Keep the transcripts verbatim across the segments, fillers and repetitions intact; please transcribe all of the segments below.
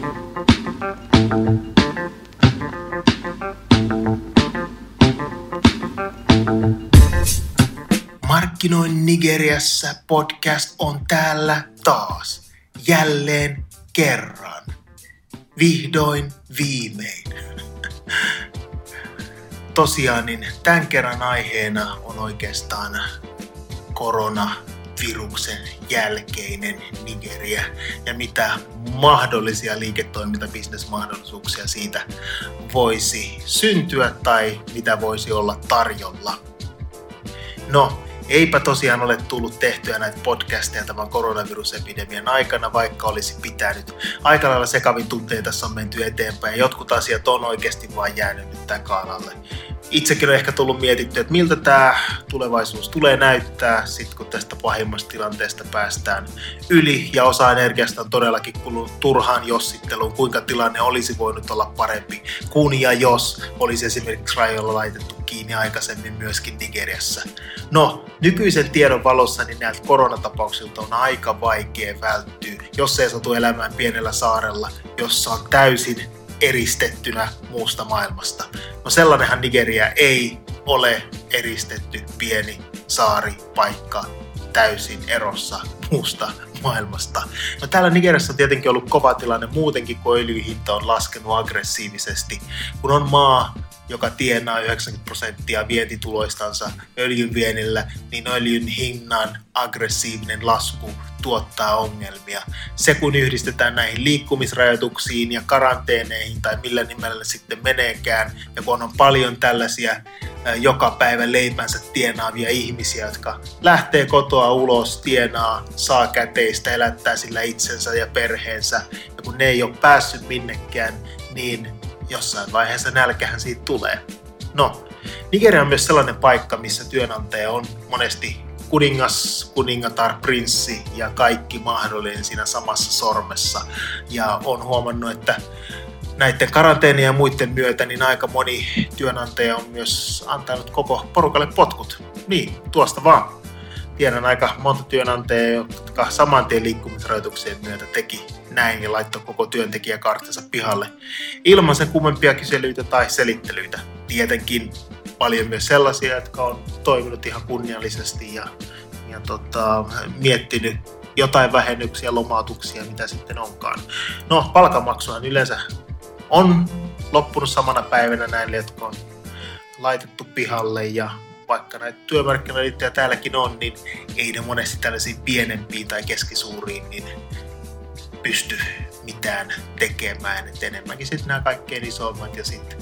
Markkinoin Nigeriassa podcast on täällä taas. Jälleen kerran. Vihdoin viimein. Tosiaan niin tämän kerran aiheena on oikeastaan koronaviruksen jälkeinen Nigeria ja mitä mahdollisia liiketoiminta-bisnesmahdollisuuksia siitä voisi syntyä tai mitä voisi olla tarjolla. No, eipä tosiaan ole tullut tehtyä näitä podcasteja tämän koronavirusepidemian aikana, vaikka olisi pitänyt. Aika lailla sekavin tunteita tässä on menty eteenpäin ja jotkut asiat on oikeasti vaan jäänyt nyt takanalle. Itsekin on ehkä tullut mietittyä, että miltä tämä tulevaisuus tulee näyttää, sit kun tästä pahimmasta tilanteesta päästään yli ja osa energiasta on todellakin kulunut turhaan jossitteluun, kuinka tilanne olisi voinut olla parempi, kun ja jos olisi esimerkiksi rajoilla laitettu kiinni aikaisemmin myöskin Nigeriassa. No, nykyisen tiedon valossa niin näiltä koronatapauksilta on aika vaikea välttyä, jos ei satu elämään pienellä saarella, jossa on täysin eristettynä muusta maailmasta. No sellainenhan Nigeria ei ole eristetty pieni saari, paikka täysin erossa muusta maailmasta. No täällä Nigeriassa on tietenkin ollut kova tilanne muutenkin, kun öljyn hinta on laskenut aggressiivisesti, kun on maa, joka tienaa yhdeksänkymmentä prosenttia vientituloistansa öljyn vienillä, niin öljyn hinnan aggressiivinen lasku tuottaa ongelmia. Se kun yhdistetään näihin liikkumisrajoituksiin ja karanteeneihin tai millä nimellä sitten meneekään, ja kun on paljon tällaisia joka päivä leipänsä tienaavia ihmisiä, jotka lähtee kotoa ulos, tienaa, saa käteistä, elättää sillä itsensä ja perheensä, ja kun ne ei ole päässyt minnekään, niin jossain vaiheessa nälkähän siitä tulee. No, Nigeria on myös sellainen paikka, missä työnantaja on monesti kuningas, kuningatar, prinssi ja kaikki mahdollinen siinä samassa sormessa. Ja on huomannut, että näiden karanteenien ja muiden myötä niin aika moni työnantaja on myös antanut koko porukalle potkut. Niin, tuosta vaan. Tiedän aika monta työnantajaa, jotka saman tien liikkumisrajoituksien myötä teki näin ja laittoi koko työntekijäkarttansa pihalle ilman sen kummempia kyselyitä tai selittelyitä. Tietenkin paljon myös sellaisia, jotka on toiminut ihan kunniallisesti ja, ja tota, miettinyt jotain vähennyksiä, lomautuksia, mitä sitten onkaan. No, palkanmaksuhan yleensä on loppunut samana päivänä näille, jotka on laitettu pihalle ja vaikka näitä työmarkkinaliittoja täälläkin on, niin ei ne monesti tällaisiin pienempiin tai keskisuuriin niin pysty mitään tekemään. Et enemmänkin sitten nämä kaikkein isoimmat ja sitten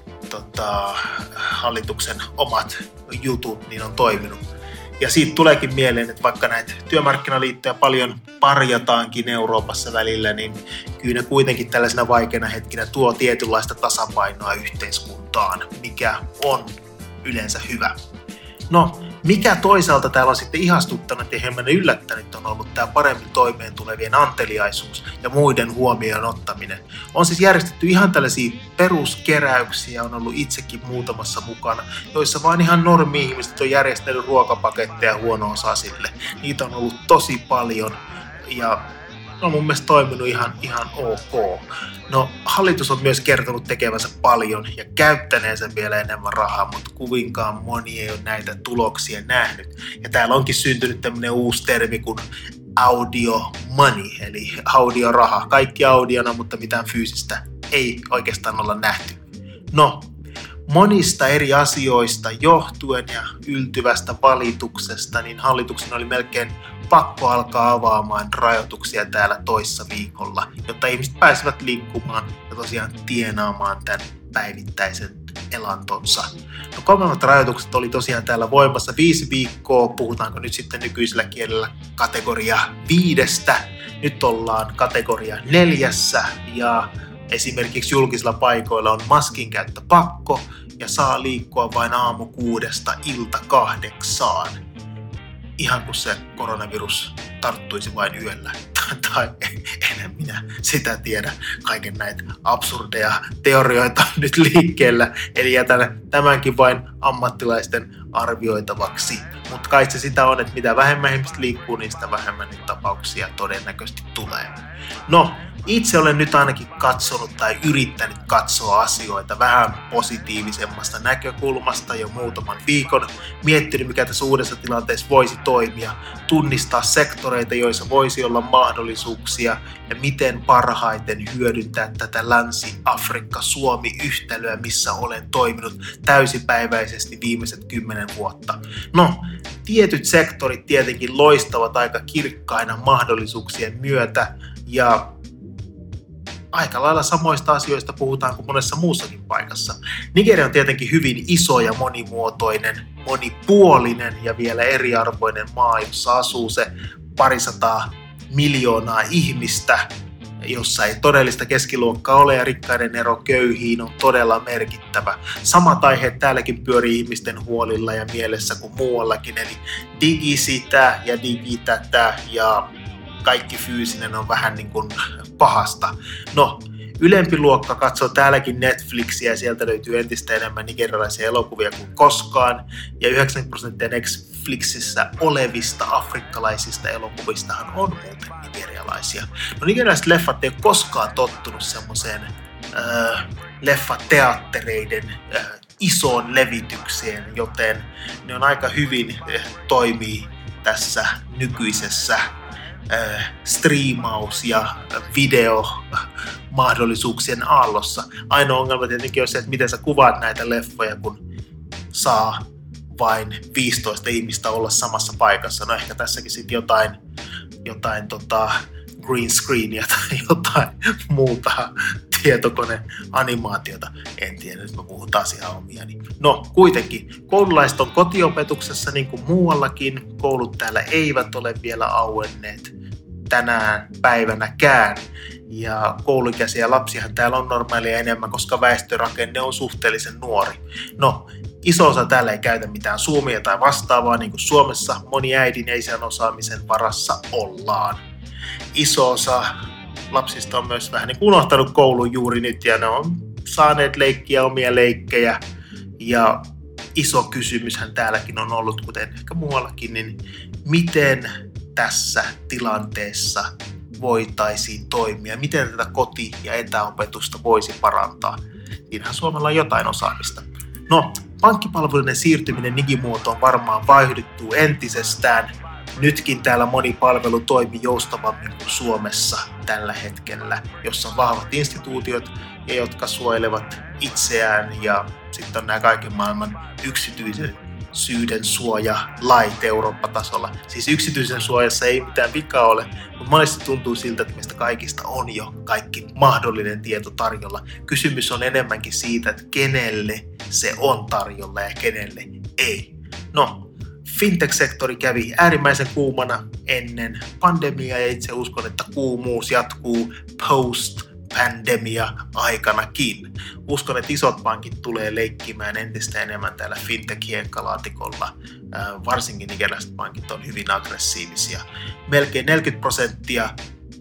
tota, hallituksen omat jutut niin on toiminut. Ja siitä tuleekin mieleen, että vaikka näitä työmarkkinaliittoja paljon parjataankin Euroopassa välillä, niin kyllä ne kuitenkin tällaisena vaikeina hetkinä tuo tietynlaista tasapainoa yhteiskuntaan, mikä on yleensä hyvä. No, mikä toisaalta täällä on sitten ihastuttanut ja hieman yllättänyt on ollut tämä paremmin toimeen tulevien anteliaisuus ja muiden huomioon ottaminen. On siis järjestetty ihan tällaisia peruskeräyksiä, on ollut itsekin muutamassa mukana, joissa vaan ihan normi-ihmiset on järjestänyt ruokapaketteja huono-osaisille. Niitä on ollut tosi paljon ja on mun mielestä toiminut ihan, ihan ok. No, hallitus on myös kertonut tekevänsä paljon ja käyttäneensä vielä enemmän rahaa, mutta kuinkaan moni ei ole näitä tuloksia nähnyt. Ja täällä onkin syntynyt tämmöinen uusi termi kuin audio money, eli audioraha. Kaikki audiona, mutta mitään fyysistä ei oikeastaan olla nähty. No, monista eri asioista johtuen ja yltyvästä valituksesta, niin hallituksen oli melkein pakko alkaa avaamaan rajoituksia täällä toissa viikolla, jotta ihmiset pääsevät liikkumaan ja tosiaan tienaamaan tämän päivittäisen elantonsa. No, kovemmat rajoitukset oli tosiaan täällä voimassa viisi viikkoa, puhutaanko nyt sitten nykyisellä kielellä kategoria viidestä, nyt ollaan kategoria neljässä ja esimerkiksi julkisilla paikoilla on maskin käyttö pakko ja saa liikkua vain aamu kuudesta ilta kahdeksaan. Ihan kuin se koronavirus tarttuisi vain yöllä. Tai en minä sitä tiedä. Kaiken näitä absurdeja teorioita nyt liikkeellä. Eli jätän tämänkin vain ammattilaisten arvioitavaksi. Mutta kai se sitä on, että mitä vähemmän ihmiset liikkuu, niin sitä vähemmän niitä tapauksia todennäköisesti tulee. No, itse olen nyt ainakin katsonut tai yrittänyt katsoa asioita vähän positiivisemmasta näkökulmasta jo muutaman viikon, miettinyt mikä tässä uudessa tilanteessa voisi toimia, tunnistaa sektoreita, joissa voisi olla mahdollisuuksia ja miten parhaiten hyödyntää tätä Länsi-Afrikka-Suomi-yhtälöä, missä olen toiminut täysipäiväisesti viimeiset kymmenen vuotta. No, tietyt sektorit tietenkin loistavat aika kirkkaina mahdollisuuksien myötä ja aika lailla samoista asioista puhutaan kuin monessa muussakin paikassa. Nigeria on tietenkin hyvin iso ja monimuotoinen, monipuolinen ja vielä eriarvoinen maa, jossa asuu se parisataa miljoonaa ihmistä, jossa ei todellista keskiluokkaa ole ja rikkaiden ero köyhiin on todella merkittävä. Samat aiheet täälläkin pyörii ihmisten huolilla ja mielessä kuin muuallakin, eli digi sitä ja digi tätä ja kaikki fyysinen on vähän niin kuin pahasta. No, ylempi luokka katsoo täälläkin Netflixiä ja sieltä löytyy entistä enemmän nigerialaisia elokuvia kuin koskaan. Ja yhdeksänkymmentä prosenttia Netflixissä olevista afrikkalaisista elokuvistahan on muuten nigerialaisia. No, nigerialaiset leffat ei ole koskaan tottunut semmoiseen äh, leffateattereiden äh, isoon levitykseen, joten ne on aika hyvin äh, toimii tässä nykyisessä striimaus- ja videomahdollisuuksien aallossa. Ainoa ongelma tietenkin on se, että miten sä kuvaat näitä leffoja, kun saa vain viisitoista ihmistä olla samassa paikassa. No ehkä tässäkin sitten jotain, jotain tota green screenia tai jotain muuta tietokoneanimaatiota. En tiedä, nyt mä puhun taas ihan omiani. No kuitenkin, koululaiset on kotiopetuksessa niin kuin muuallakin. Koulut täällä eivät ole vielä auenneet tänään päivänäkään. Ja kouluikäisiä lapsiahan täällä on normaalia enemmän, koska väestörakenne on suhteellisen nuori. No, iso osa täällä ei käytä mitään Zoomia tai vastaavaa, niin kuin Suomessa moni äidin ja isän osaamisen varassa ollaan. Iso osa lapsista on myös vähän niin kuin unohtanut koulun juuri nyt ja ne on saaneet leikkiä omia leikkejä. Ja iso kysymyshän täälläkin on ollut, kuten ehkä muuallakin, niin miten tässä tilanteessa voitaisiin toimia, miten tätä koti- ja etäopetusta voisi parantaa. Siinähän Suomella on jotain osaamista. No, pankkipalveluiden siirtyminen digimuotoon varmaan vaihdyttuu entisestään. Nytkin täällä moni palvelu toimii joustavammin kuin Suomessa tällä hetkellä, jossa on vahvat instituutiot, ja jotka suojelevat itseään ja sitten on nämä kaiken maailman yksityisen syyden suojalait Eurooppa-tasolla. Siis yksityisen suojassa ei mitään vikaa ole, mutta monesti tuntuu siltä, että meistä kaikista on jo kaikki mahdollinen tieto tarjolla. Kysymys on enemmänkin siitä, että kenelle se on tarjolla ja kenelle ei. No, fintech-sektori kävi äärimmäisen kuumana ennen pandemiaa ja itse uskon, että kuumuus jatkuu post-pandemia-aikanakin. Uskon, että isot pankit tulee leikkimään entistä enemmän täällä fintech-hiekkalaatikolla. Varsinkin nigerialaiset pankit on hyvin aggressiivisia. Melkein neljäkymmentä prosenttia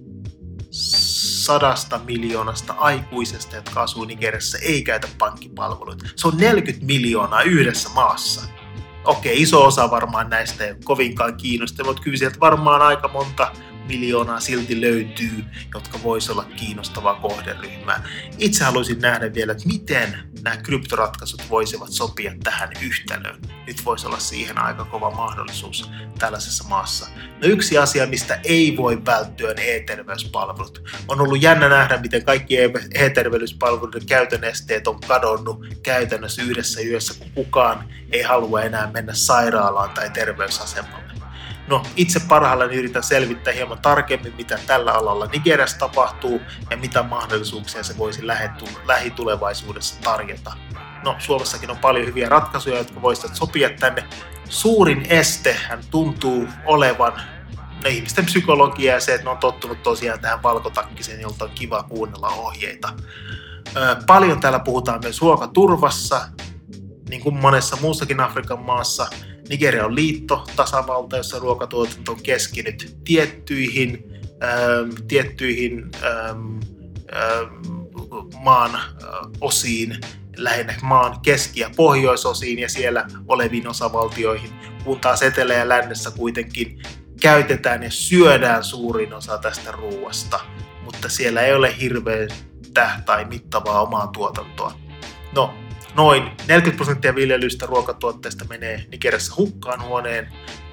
sadasta miljoonasta aikuisesta, jotka asuu Nigeriassa, ei käytä pankkipalveluita. Se on neljäkymmentä miljoonaa yhdessä maassa. Okei, iso osa varmaan näistä ei ole kovinkaan kiinnostunut, mutta kyllä sieltä varmaan aika monta miljoonaa silti löytyy, jotka voisi olla kiinnostavaa kohderyhmää. Itse haluaisin nähdä vielä, että miten nämä kryptoratkaisut voisivat sopia tähän yhtälöön. Nyt voisi olla siihen aika kova mahdollisuus tällaisessa maassa. No yksi asia, mistä ei voi välttyä, on e-terveyspalvelut. On ollut jännä nähdä, miten kaikki e-terveyspalveluiden käytön esteet on kadonnut käytännössä yhdessä yössä, kun kukaan ei halua enää mennä sairaalaan tai terveysasemalle. No, itse parhaillani yritän selvittää hieman tarkemmin, mitä tällä alalla Nigeriassa tapahtuu ja mitä mahdollisuuksia se voisi lähitulevaisuudessa tarjota. No, Suomessakin on paljon hyviä ratkaisuja, jotka voisivat sopia tänne. Suurin estehän tuntuu olevan ne ihmisten psykologia ja se, että ne on tottunut tosiaan tähän valkotakkiseen, jolta on kiva kuunnella ohjeita. Paljon täällä puhutaan myös ruokaturvassa, niin kuin monessa muussakin Afrikan maassa. Nigeria on liitto, tasavalta, jossa ruokatuotanto on keskinyt tiettyihin, ähm, tiettyihin ähm, ähm, maan äh, osiin, lähinnä maan keski- ja pohjoisosiin ja siellä oleviin osavaltioihin, kun taas etelä- ja lännessä kuitenkin käytetään ja syödään suurin osa tästä ruuasta. mutta siellä ei ole hirveätä tai mittavaa omaa tuotantoa. No, noin neljäkymmentä prosenttia viljelystä ruokatuotteista menee Nigeriassa hukkaan huoneen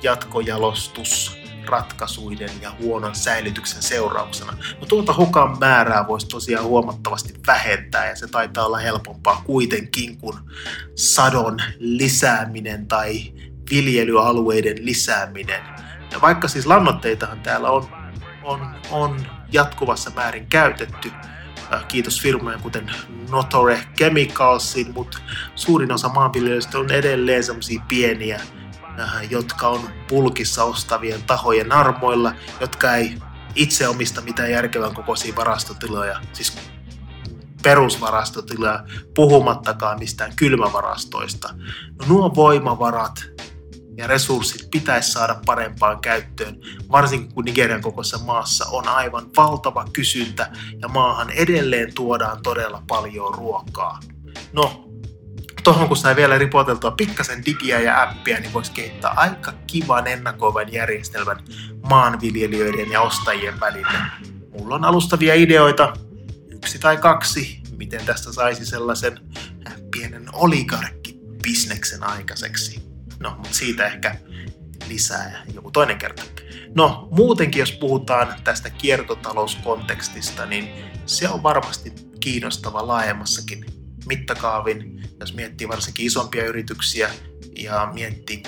jatkojalostusratkaisuiden ja huonon säilytyksen seurauksena. No tuota hukan määrää voisi tosiaan huomattavasti vähentää ja se taitaa olla helpompaa kuitenkin kuin sadon lisääminen tai viljelyalueiden lisääminen. Ja vaikka siis lannoitteitahan täällä on, on, on jatkuvassa määrin käytetty, kiitos firmojen kuten Notore Chemicalsin, mutta suurin osa maanviljelijöistä on edelleen sellaisia pieniä, jotka on bulkissa ostavien tahojen armoilla, jotka ei itse omista mitään järkevän kokoisia varastotiloja, siis perusvarastotiloja, puhumattakaan mistään kylmävarastoista. No nuo voimavarat ja resurssit pitäisi saada parempaan käyttöön, varsinkin kun Nigerian kokoisessa maassa on aivan valtava kysyntä ja maahan edelleen tuodaan todella paljon ruokaa. No, tuohon kun sai vielä ripoteltua pikkasen digiä ja appia, niin voisi kehittää aika kivan ennakoivan järjestelmän maanviljelijöiden ja ostajien välille. Mulla on alustavia ideoita, yksi tai kaksi, miten tästä saisi sellaisen pienen oligarkkibisneksen aikaiseksi. No, mutta siitä ehkä lisää joku toinen kerta. No, muutenkin jos puhutaan tästä kiertotalouskontekstista, niin se on varmasti kiinnostava laajemmassakin mittakaavin, jos miettii varsinkin isompia yrityksiä ja miettii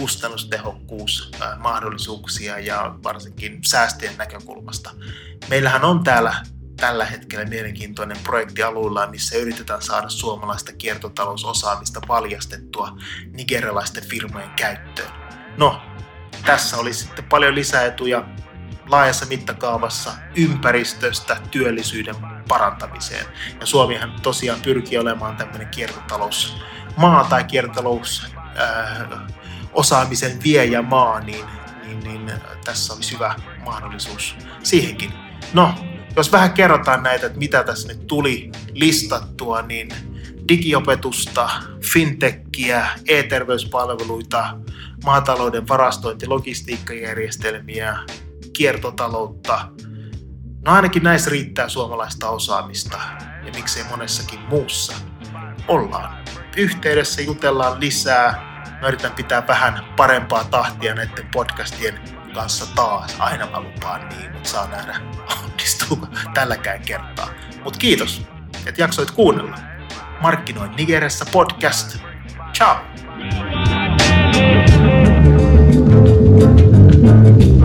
kustannustehokkuusmahdollisuuksia ja varsinkin säästöjen näkökulmasta. Meillähän on täällä tällä hetkellä mielenkiintoinen projekti aluillaan, missä yritetään saada suomalaista kiertotalousosaamista valjastettua nigerialaisten firmojen käyttöön. No, tässä oli sitten paljon lisäetuja laajassa mittakaavassa ympäristöstä työllisyyden parantamiseen. Ja Suomihan tosiaan pyrkii olemaan tämmöinen kiertotalousmaa tai kiertotalousosaamisen viejämaa, niin, niin, niin tässä olisi hyvä mahdollisuus siihenkin. No, jos vähän kerrotaan näitä, että mitä tässä nyt tuli listattua, niin digiopetusta, fintechkiä, e-terveyspalveluita, maatalouden varastointi- ja logistiikkajärjestelmiä, kiertotaloutta. No ainakin näissä riittää suomalaista osaamista ja miksei monessakin muussa. Ollaan yhteydessä, jutellaan lisää. Mä yritän pitää vähän parempaa tahtia näiden podcastien kanssa taas. Aina mä lupaan niin, mutta saa nähdä onnistuuko tälläkään kertaa. Mut kiitos, että jaksoit kuunnella. Markkinoin Nigeriassa podcast. Ciao!